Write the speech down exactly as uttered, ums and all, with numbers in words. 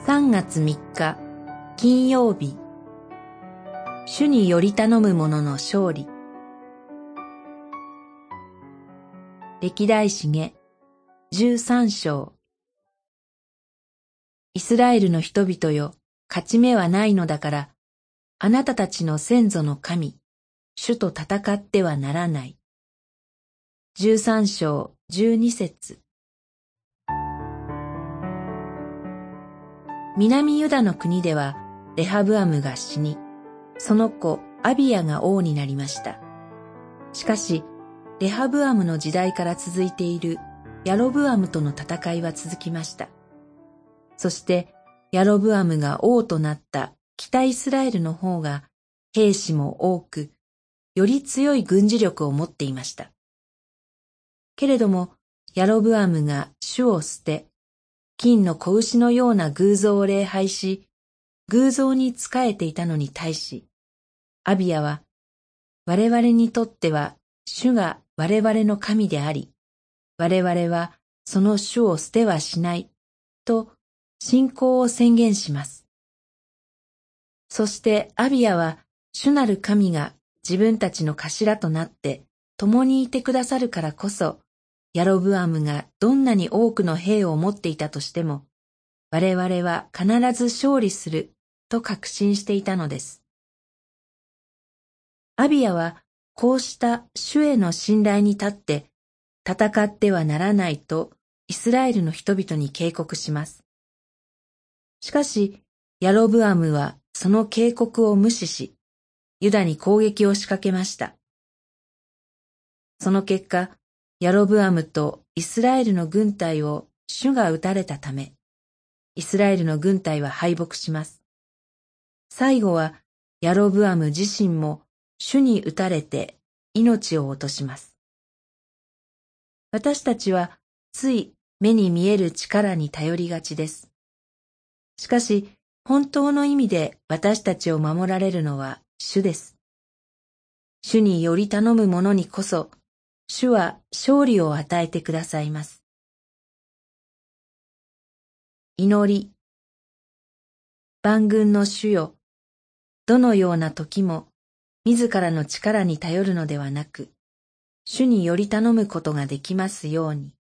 さんがつみっか金曜日、主により頼む者の勝利。歴代史下じゅうさん章。イスラエルの人々よ、勝ち目はないのだから、あなたたちの先祖の神、主と戦ってはならない。じゅうさん章じゅうに節。南ユダの国ではレハブアムが死に、その子アビヤが王になりました。しかし、レハブアムの時代から続いているヤロブアムとの戦いは続きました。そしてヤロブアムが王となった北イスラエルの方が兵士も多く、より強い軍事力を持っていました。けれどもヤロブアムが主を捨て、金の子牛のような偶像を礼拝し、偶像に仕えていたのに対し、アビヤは、我々にとっては主が我々の神であり、我々はその主を捨てはしない、と信仰を宣言します。そしてアビヤは主なる神が自分たちの頭となって共にいてくださるからこそ、ヤロブアムがどんなに多くの兵を持っていたとしても、我々は必ず勝利すると確信していたのです。アビヤはこうした主への信頼に立って戦ってはならないとイスラエルの人々に警告します。しかしヤロブアムはその警告を無視し、ユダに攻撃を仕掛けました。その結果、ヤロブアムとイスラエルの軍隊を主が撃たれたため、イスラエルの軍隊は敗北します。最後はヤロブアム自身も主に撃たれて命を落とします。私たちはつい目に見える力に頼りがちです。しかし本当の意味で私たちを守られるのは主です。主により頼む者にこそ、主は勝利を与えてくださいます。祈り。万軍の主よ、どのような時も自らの力に頼るのではなく、主により頼むことができますように。